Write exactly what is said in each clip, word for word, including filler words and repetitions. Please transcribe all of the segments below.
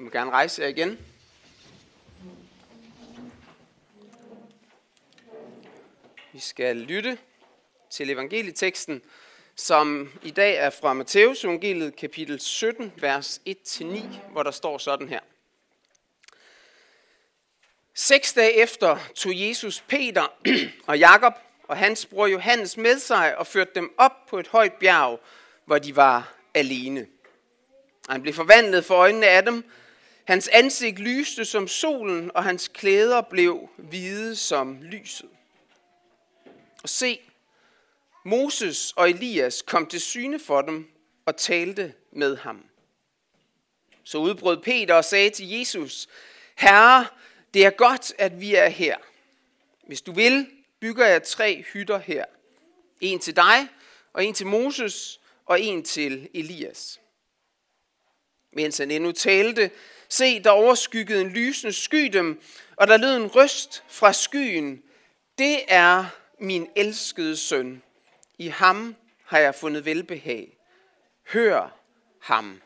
Du må gerne rejse jer igen. Vi skal lytte til evangelieteksten, som i dag er fra Matteus evangeliet kapitel sytten, vers et til ni, hvor der står sådan her. Seks dage efter tog Jesus Peter og Jakob og hans bror Johannes med sig og førte dem op på et højt bjerg, hvor de var alene. Han blev forvandlet for øjnene af dem. Hans ansigt lyste som solen, og hans klæder blev hvide som lyset. Og se, Moses og Elias kom til syne for dem og talte med ham. Så udbrød Peter og sagde til Jesus, Herre, det er godt, at vi er her. Hvis du vil, bygger jeg tre hytter her. En til dig, og en til Moses, og en til Elias. Mens han endnu talte, se, der overskyggede en lysende sky dem, og der lød en røst fra skyen. Det er min elskede søn. I ham har jeg fundet velbehag. Hør ham.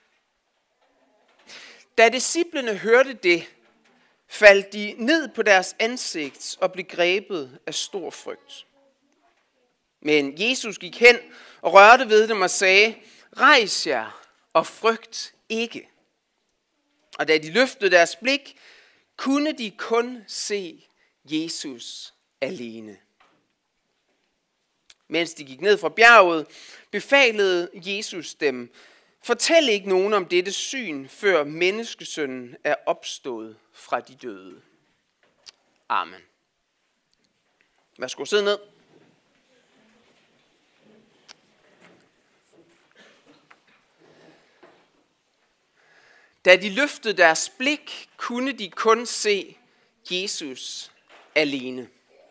Da disciplene hørte det, faldt de ned på deres ansigt og blev grebet af stor frygt. Men Jesus gik hen og rørte ved dem og sagde, rejs jer og frygt ikke. Og da de løftede deres blik, kunne de kun se Jesus alene. Mens de gik ned fra bjerget, befalede Jesus dem, fortæl ikke nogen om dette syn, før menneskesønnen er opstået fra de døde. Amen. Værsgo, sid ned. Da de løftede deres blik, kunne de kun se Jesus alene.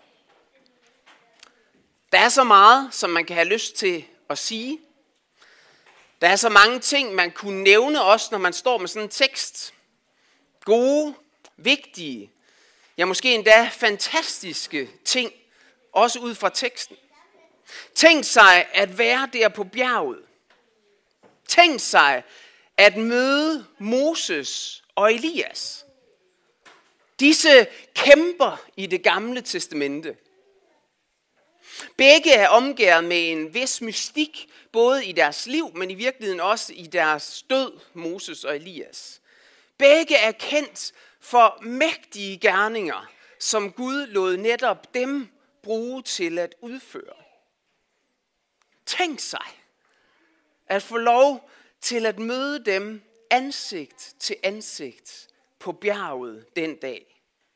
Der er så meget, som man kan have lyst til at sige. Der er så mange ting, man kunne nævne også, når man står med sådan en tekst. Gode, vigtige, ja måske endda fantastiske ting, også ud fra teksten. Tænk sig at være der på bjerget. Tænk sig at møde Moses og Elias. Disse kæmper i det gamle testamente. Begge er omgærdet med en vis mystik, både i deres liv, men i virkeligheden også i deres død, Moses og Elias. Begge er kendt for mægtige gerninger, som Gud lod netop dem bruge til at udføre. Tænk sig at få lov til at møde dem ansigt til ansigt på bjerget den dag.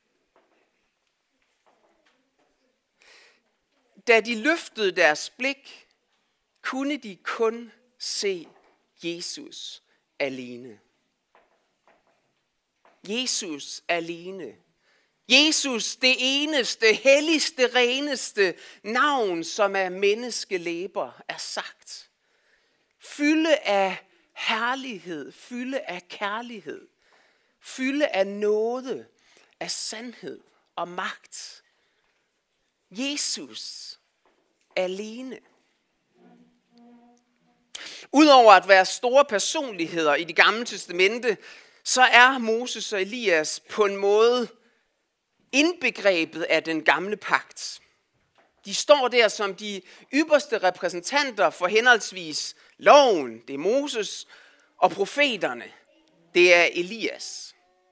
Da de løftede deres blik, kunne de kun se Jesus alene. Jesus alene. Jesus, det eneste, helligste, reneste navn, som af menneskelæber er sagt. Fylde af herlighed, fylde af kærlighed, fylde af nåde, af sandhed og magt. Jesus alene. Udover at være store personligheder i Det Gamle Testamente, så er Moses og Elias på en måde indbegrebet af den gamle pagt. De står der som de ypperste repræsentanter for henholdsvis loven, det er Moses, og profeterne, det er Elias.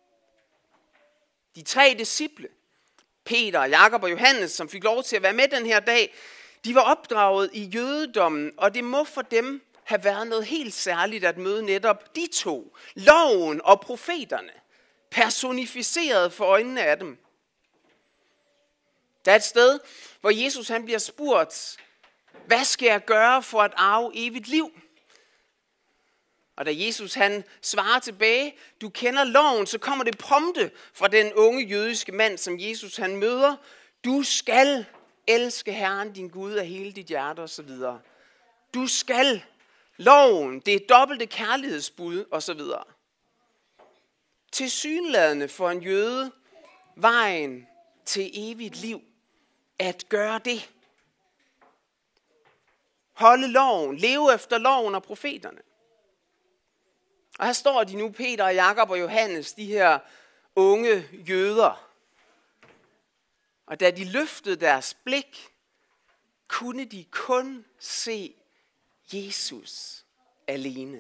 De tre disciple, Peter, Jakob og Johannes, som fik lov til at være med den her dag, de var opdraget i jødedommen, og det må for dem have været noget helt særligt at møde netop de to, loven og profeterne, personificeret for øjnene af dem. Der er et sted, hvor Jesus han bliver spurgt, hvad skal jeg gøre for at arve evigt liv? Og da Jesus han svarer tilbage, du kender loven, så kommer det prompte fra den unge jødiske mand, som Jesus han møder. Du skal elske Herren din Gud af hele dit hjerte osv. Du skal. Loven, det er dobbelte kærlighedsbud osv. Tilsyneladende for en jøde, vejen til evigt liv, at gøre det. Holde loven, leve efter loven og profeterne. Og her står de nu, Peter og Jakob og Johannes, de her unge jøder. Og da de løftede deres blik, kunne de kun se Jesus alene.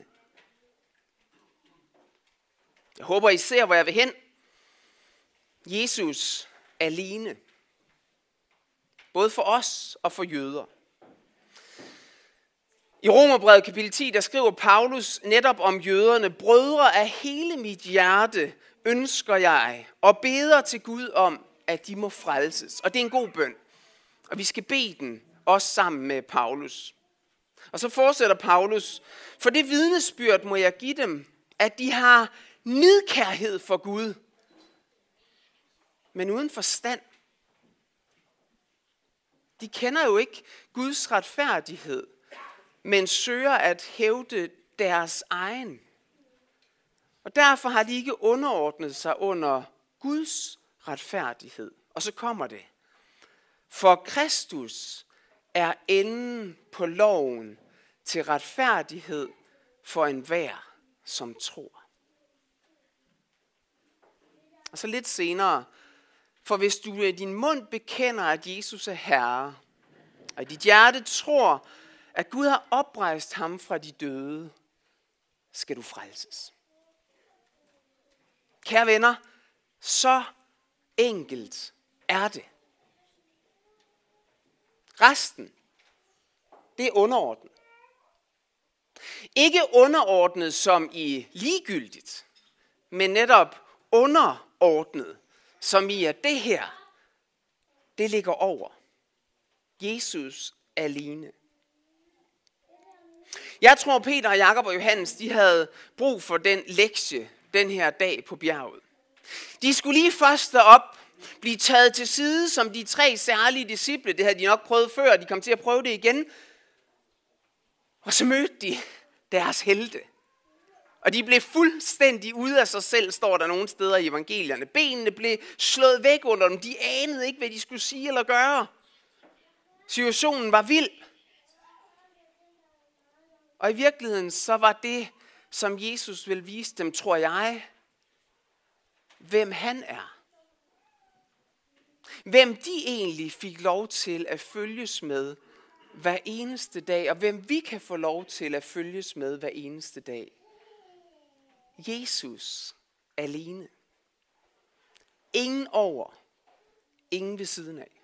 Jeg håber, I ser, hvor jeg vil hen. Jesus alene. Både for os og for jøder. I Romerbrevet kapitel ti, der skriver Paulus netop om jøderne: brødre, af hele mit hjerte ønsker jeg og beder til Gud om, at de må frelses. Og det er en god bøn. Og vi skal bede den også sammen med Paulus. Og så fortsætter Paulus: for det vidnesbyrd må jeg give dem, at de har nidkærhed for Gud, men uden forstand. De kender jo ikke Guds retfærdighed, men søger at hævde deres egen. Og derfor har de ikke underordnet sig under Guds retfærdighed. Og så kommer det: for Kristus er enden på loven til retfærdighed for enhver, som tror. Og så lidt senere: for hvis du i din mund bekender, at Jesus er Herre, og i dit hjerte tror, at Gud har oprejst ham fra de døde, skal du frelses. Kære venner, så enkelt er det. Resten, det er underordnet. Ikke underordnet som i ligegyldigt, men netop underordnet, som i at det her, det ligger over. Jesus alene. Jeg tror, Peter og Jakob og Johannes, de havde brug for den lektie den her dag på bjerget. De skulle lige først derop blive taget til side som de tre særlige disciple. Det havde de nok prøvet før, og de kom til at prøve det igen. Og så mødte de deres helte. Og de blev fuldstændig ude af sig selv, står der nogle steder i evangelierne. Benene blev slået væk under dem. De anede ikke, hvad de skulle sige eller gøre. Situationen var vild. Og i virkeligheden så var det, som Jesus vil vise dem, tror jeg, hvem han er. Hvem de egentlig fik lov til at følges med hver eneste dag, og hvem vi kan få lov til at følges med hver eneste dag. Jesus alene. Ingen over, ingen ved siden af.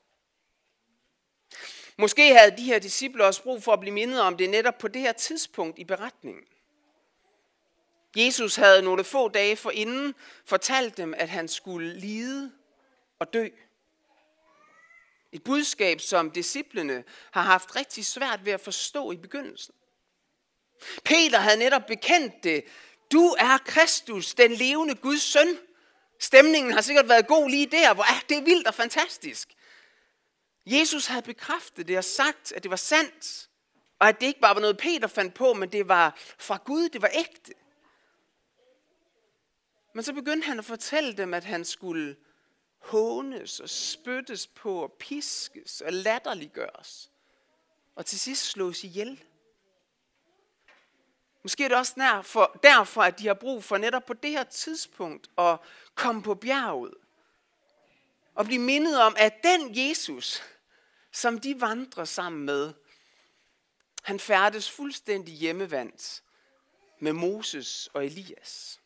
Måske havde de her disciple også brug for at blive mindet om det netop på det her tidspunkt i beretningen. Jesus havde nogle få dage forinden fortalt dem, at han skulle lide og dø. Et budskab, som disciplene har haft rigtig svært ved at forstå i begyndelsen. Peter havde netop bekendt det. Du er Kristus, den levende Guds søn. Stemningen har sikkert været god lige der, hvor er det vildt og fantastisk. Jesus havde bekræftet det og sagt, at det var sandt. Og at det ikke bare var noget, Peter fandt på, men det var fra Gud, det var ægte. Men så begyndte han at fortælle dem, at han skulle hånes og spyttes på og piskes og latterliggøres. Og til sidst slås ihjel. Måske er det også derfor, derfor, at de har brug for netop på det her tidspunkt at komme på bjerget. Og blive mindet om, at den Jesus, som de vandrer sammen med, han færdes fuldstændig hjemmevandt med Moses og Elias.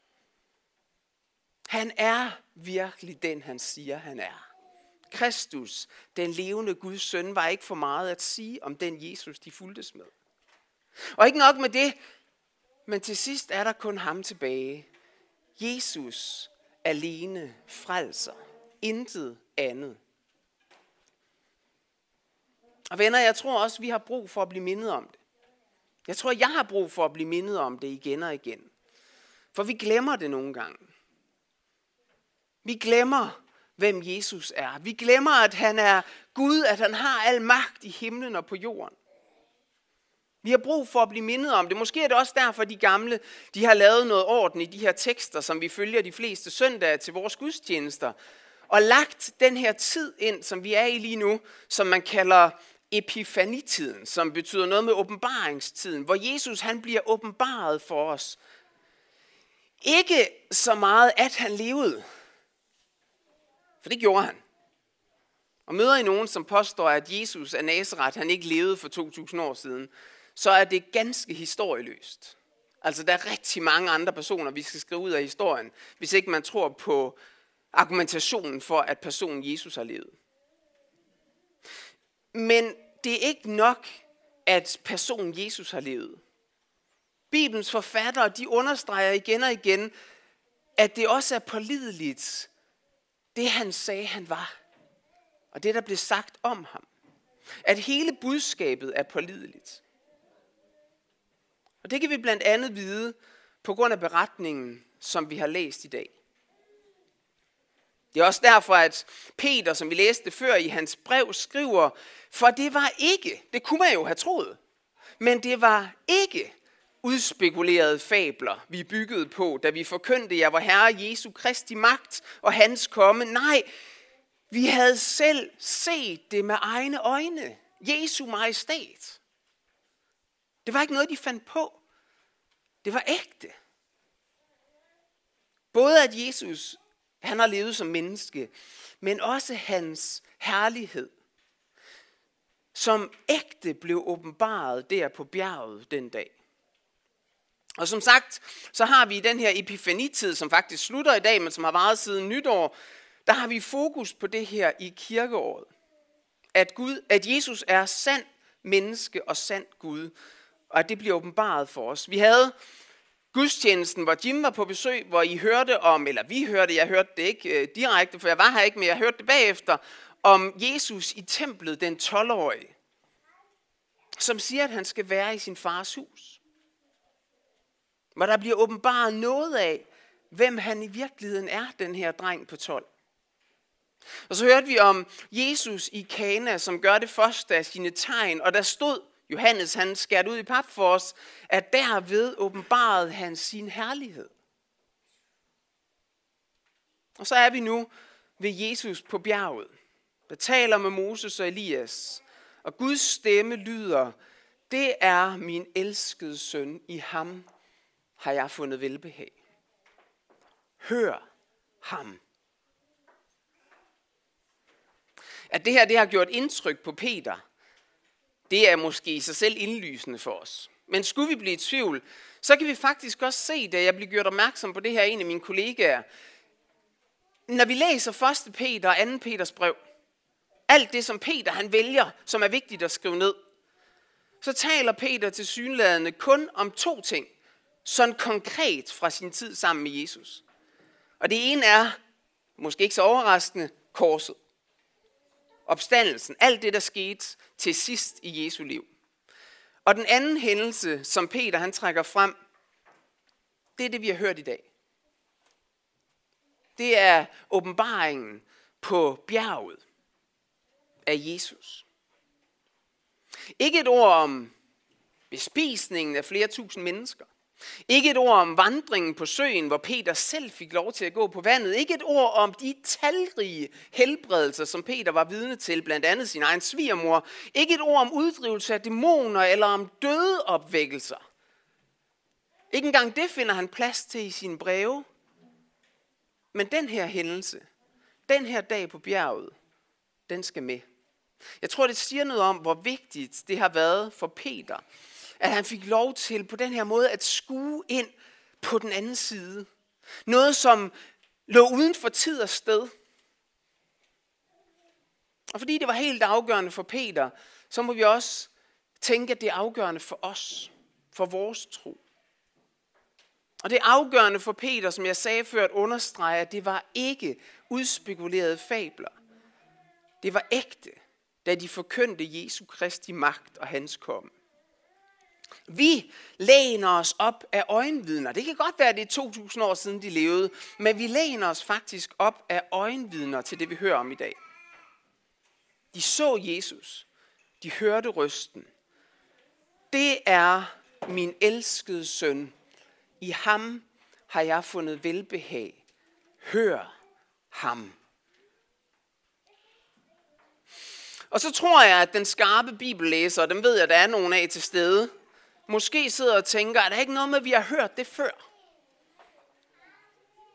Han er virkelig den, han siger, han er. Kristus, den levende Guds søn, var ikke for meget at sige om den Jesus, de fulgtes med. Og ikke nok med det, men til sidst er der kun ham tilbage. Jesus alene frelser. Intet andet. Og venner, jeg tror også, vi har brug for at blive mindet om det. Jeg tror, jeg har brug for at blive mindet om det igen og igen. For vi glemmer det nogle gange. Vi glemmer, hvem Jesus er. Vi glemmer, at han er Gud, at han har al magt i himlen og på jorden. Vi har brug for at blive mindet om det. Måske er det også derfor, de gamle de har lavet noget orden i de her tekster, som vi følger de fleste søndage til vores gudstjenester. Og lagt den her tid ind, som vi er i lige nu, som man kalder epifanitiden, som betyder noget med åbenbaringstiden, hvor Jesus han bliver åbenbaret for os Ikke så meget, at han levede. For det gjorde han. Og møder I nogen, som påstår, at Jesus af Nazaret, han ikke levede for to tusind år siden, så er det ganske historieløst. Altså, der er rigtig mange andre personer, vi skal skrive ud af historien, hvis ikke man tror på argumentationen for, at personen Jesus har levet. Men det er ikke nok, at personen Jesus har levet. Bibelens forfattere, de understreger igen og igen, at det også er pålideligt, det han sagde, han var. Og det, der blev sagt om ham. At hele budskabet er pålideligt. Og det kan vi blandt andet vide på grund af beretningen, som vi har læst i dag. Det er også derfor, at Peter, som vi læste før i hans brev, skriver, for det var ikke, det kunne man jo have troet, men det var ikke udspekulerede fabler, vi byggede på, da vi forkyndte jer, vor Herre Jesu Kristi magt og hans komme. Nej, vi havde selv set det med egne øjne. Jesu majestæt. Det var ikke noget, de fandt på. Det var ægte. Både at Jesus, han har levet som menneske, men også hans herlighed, som ægte blev åbenbaret der på bjerget den dag. Og som sagt, så har vi i den her epifanitid, som faktisk slutter i dag, men som har varet siden nytår, der har vi fokus på det her i kirkeåret. At, Gud, at Jesus er sand menneske og sand Gud, og at det bliver åbenbaret for os. Vi havde gudstjenesten, hvor Jim var på besøg, hvor I hørte om, eller vi hørte, jeg hørte det ikke øh, direkte, for jeg var her ikke, men jeg hørte det bagefter, om Jesus i templet, den tolv-årige, som siger, at han skal være i sin fars hus. Hvor der bliver åbenbaret noget af, hvem han i virkeligheden er, den her dreng på tolv. Og så hørte vi om Jesus i Kana, som gør det første af sine tegn, og der stod, Johannes han skærte ud i pap for os, at derved åbenbarede han sin herlighed. Og så er vi nu ved Jesus på bjerget, der taler med Moses og Elias, og Guds stemme lyder, det er min elskede søn, i ham har jeg fundet velbehag. Hør ham. At det her det har gjort indtryk på Peter, det er måske i sig selv indlysende for os. Men skulle vi blive i tvivl, så kan vi faktisk også se, da jeg blev gjort opmærksom på det her af en af mine kollegaer. Når vi læser første Peter og anden Peters brev, alt det som Peter han vælger, som er vigtigt at skrive ned, så taler Peter tilsyneladende kun om to ting, sådan konkret fra sin tid sammen med Jesus. Og det ene er, måske ikke så overraskende, korset. Opstandelsen, alt det der skete til sidst i Jesu liv. Og den anden hændelse, som Peter han trækker frem, det er det vi har hørt i dag. Det er åbenbaringen på bjerget af Jesus. Ikke et ord om bespisningen af flere tusind mennesker. Ikke et ord om vandringen på søen, hvor Peter selv fik lov til at gå på vandet. Ikke et ord om de talrige helbredelser, som Peter var vidne til, blandt andet sin egen svigermor. Ikke et ord om uddrivelse af dæmoner eller om døde opvækkelser. Ikke engang det finder han plads til i sine breve. Men den her hændelse, den her dag på bjerget, den skal med. Jeg tror, det siger noget om, hvor vigtigt det har været for Peter, at han fik lov til på den her måde at skue ind på den anden side. Noget, som lå uden for tid og sted. Og fordi det var helt afgørende for Peter, så må vi også tænke, at det er afgørende for os, for vores tro. Og det er afgørende for Peter, som jeg sagde før, at understrege, at det var ikke udspekulerede fabler. Det var ægte, da de forkyndte Jesu Kristi magt og hans komme. Vi læner os op af øjenvidner. Det kan godt være, at det er to tusind år siden, de levede, men vi læner os faktisk op af øjenvidner til det, vi hører om i dag. De så Jesus. De hørte røsten. Det er min elskede søn. I ham har jeg fundet velbehag. Hør ham. Og så tror jeg, at den skarpe bibellæser, og dem ved jeg, der er nogen af til stede, måske sidder og tænker, at der ikke noget med, at vi har hørt det før.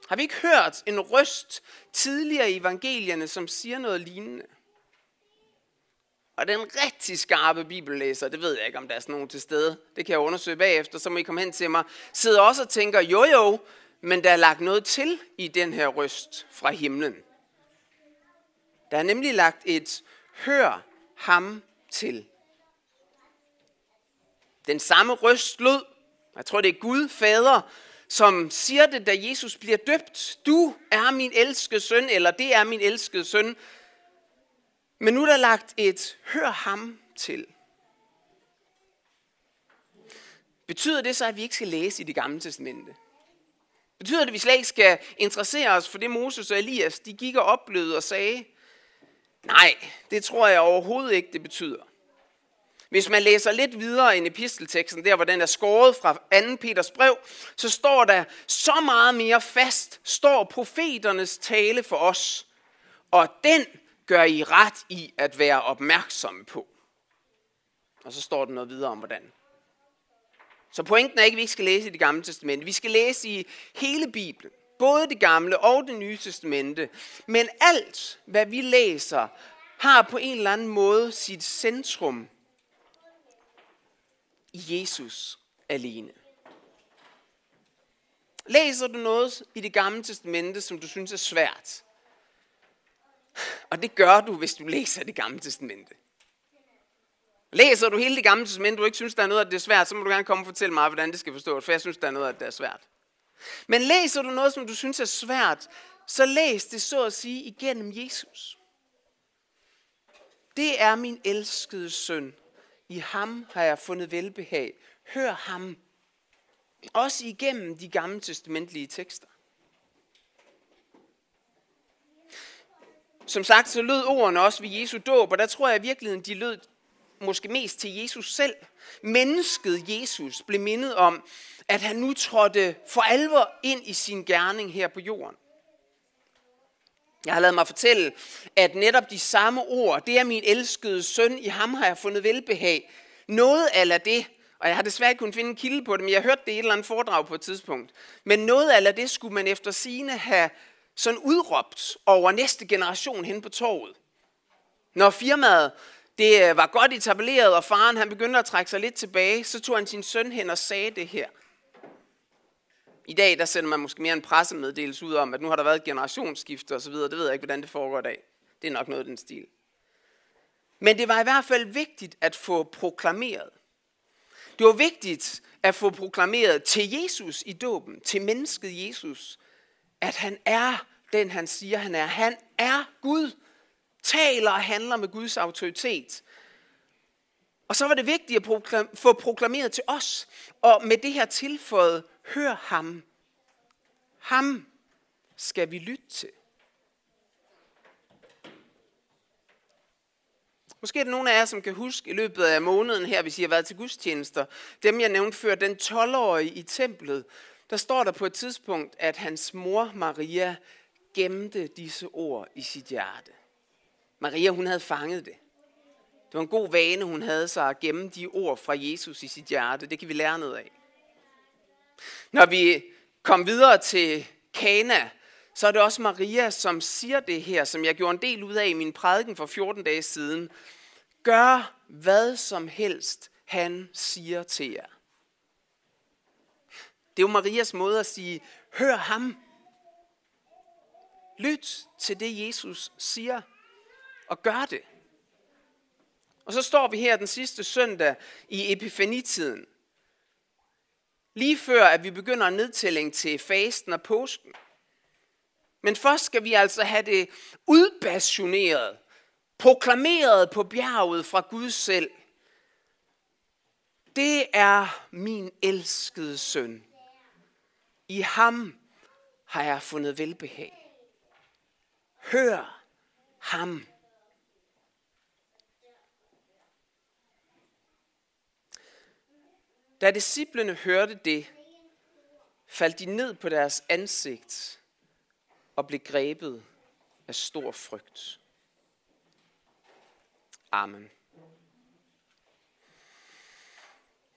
Har vi ikke hørt en røst tidligere i evangelierne, som siger noget lignende? Og den rigtig skarpe bibellæser, det ved jeg ikke, om der er sådan nogen til stede, det kan jeg undersøge bagefter, så må I komme hen til mig, sidder også og tænker, jo jo, men der er lagt noget til i den her røst fra himlen. Der er nemlig lagt et hør ham til. Den samme røst lød, jeg tror det er Gud, fader, som siger det, da Jesus bliver døbt. Du er min elskede søn, eller det er min elskede søn. Men nu er der lagt et hør ham til. Betyder det så, at vi ikke skal læse i Det Gamle Testamente? Betyder det, at vi slet ikke skal interessere os for det, Moses og Elias, de gik og oplevede og sagde? Nej, det tror jeg overhovedet ikke, det betyder. Hvis man læser lidt videre end epistelteksten, der hvor den er skåret fra anden Peters brev, så står der, så meget mere fast står profeternes tale for os, og den gør I ret i at være opmærksomme på. Og så står der noget videre om hvordan. Så pointen er ikke, at vi ikke skal læse i Det Gamle Testamente. Vi skal læse i hele Bibelen, både Det Gamle og Det Nye Testamente. Men alt, hvad vi læser, har på en eller anden måde sit centrum i Jesus alene. Læser du noget i Det Gamle Testamente, som du synes er svært? Og det gør du, hvis du læser Det Gamle Testamente. Læser du hele Det Gamle Testamente, du ikke synes, der er noget, at det er svært, så må du gerne komme og fortælle mig, hvordan det skal forstås, for jeg synes, der er noget, at det er svært. Men læser du noget, som du synes er svært, så læs det så at sige igennem Jesus. Det er min elskede søn. I ham har jeg fundet velbehag. Hør ham. Også igennem de gamle testamentlige tekster. Som sagt, så lød ordene også ved Jesu dåb, og der tror jeg i virkeligheden, de lød måske mest til Jesus selv. Mennesket Jesus blev mindet om, at han nu trådte for alvor ind i sin gerning her på jorden. Jeg har ladet mig fortælle, at netop de samme ord, det er min elskede søn, i ham har jeg fundet velbehag. Noget af det, og jeg har desværre ikke kunnet finde en kilde på det, men jeg hørte det i et eller andet foredrag på et tidspunkt. Men noget af det skulle man efter sigende have sådan udråbt over næste generation hen på torvet. Når firmaet det var godt etableret, og faren han begyndte at trække sig lidt tilbage, så tog han sin søn hen og sagde det her. I dag der sender man måske mere en pressemeddelelse ud om, at nu har der været et generationsskifte osv. Det ved jeg ikke, hvordan det foregår i dag. Det er nok noget af den stil. Men det var i hvert fald vigtigt at få proklameret. Det var vigtigt at få proklameret til Jesus i dåben, til mennesket Jesus, at han er den, han siger, han er. Han er Gud, taler og handler med Guds autoritet. Og så var det vigtigt at proklam- få proklameret til os, og med det her tilføjet, hør ham. Ham skal vi lytte til. Måske er der nogle af jer, som kan huske i løbet af måneden her, hvis I har været til gudstjenester, dem jeg nævnte før, den tolv-årige i templet, der står der på et tidspunkt, at hans mor Maria gemte disse ord i sit hjerte. Maria, hun havde fanget det. Det var en god vane, hun havde sig at gemme de ord fra Jesus i sit hjerte. Det kan vi lære noget af. Når vi kom videre til Kana, så er det også Maria, som siger det her, som jeg gjorde en del ud af i min prædiken for fjorten dage siden. Gør hvad som helst, han siger til jer. Det er jo Marias måde at sige, hør ham. Lyt til det, Jesus siger, og gør det. Og så står vi her den sidste søndag i epifanitiden. Lige før, at vi begynder en nedtælling til fasten og påsken. Men først skal vi altså have det udbasuneret, proklameret på bjerget fra Gud selv. Det er min elskede søn. I ham har jeg fundet velbehag. Hør ham. Da disciplene hørte det, faldt de ned på deres ansigt og blev grebet af stor frygt. Amen.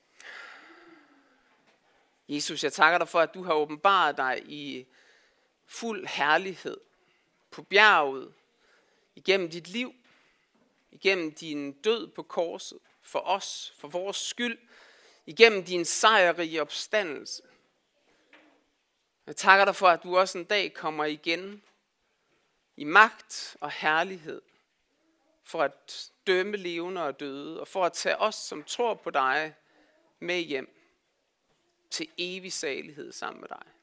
Jesus, jeg takker dig for, at du har åbenbaret dig i fuld herlighed på bjerget, igennem dit liv, igennem din død på korset, for os, for vores skyld, igennem din sejrrige opstandelse. Jeg takker dig for, at du også en dag kommer igen i magt og herlighed, for at dømme levende og døde, og for at tage os, som tror på dig, med hjem til evig salighed sammen med dig.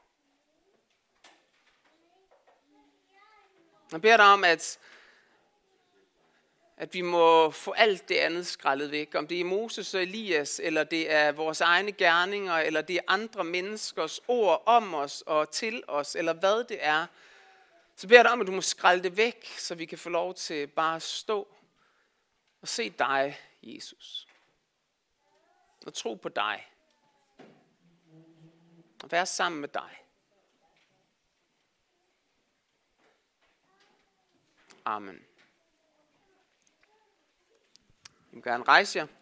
Jeg beder dig om, at, at vi må få alt det andet skrællet væk. Om det er Moses og Elias, eller det er vores egne gerninger, eller det er andre menneskers ord om os og til os, eller hvad det er. Så beder jeg dig om, at du må skrælle det væk, så vi kan få lov til bare at stå og se dig, Jesus. Og tro på dig. Og være sammen med dig. Amen. I må gerne rejse jer.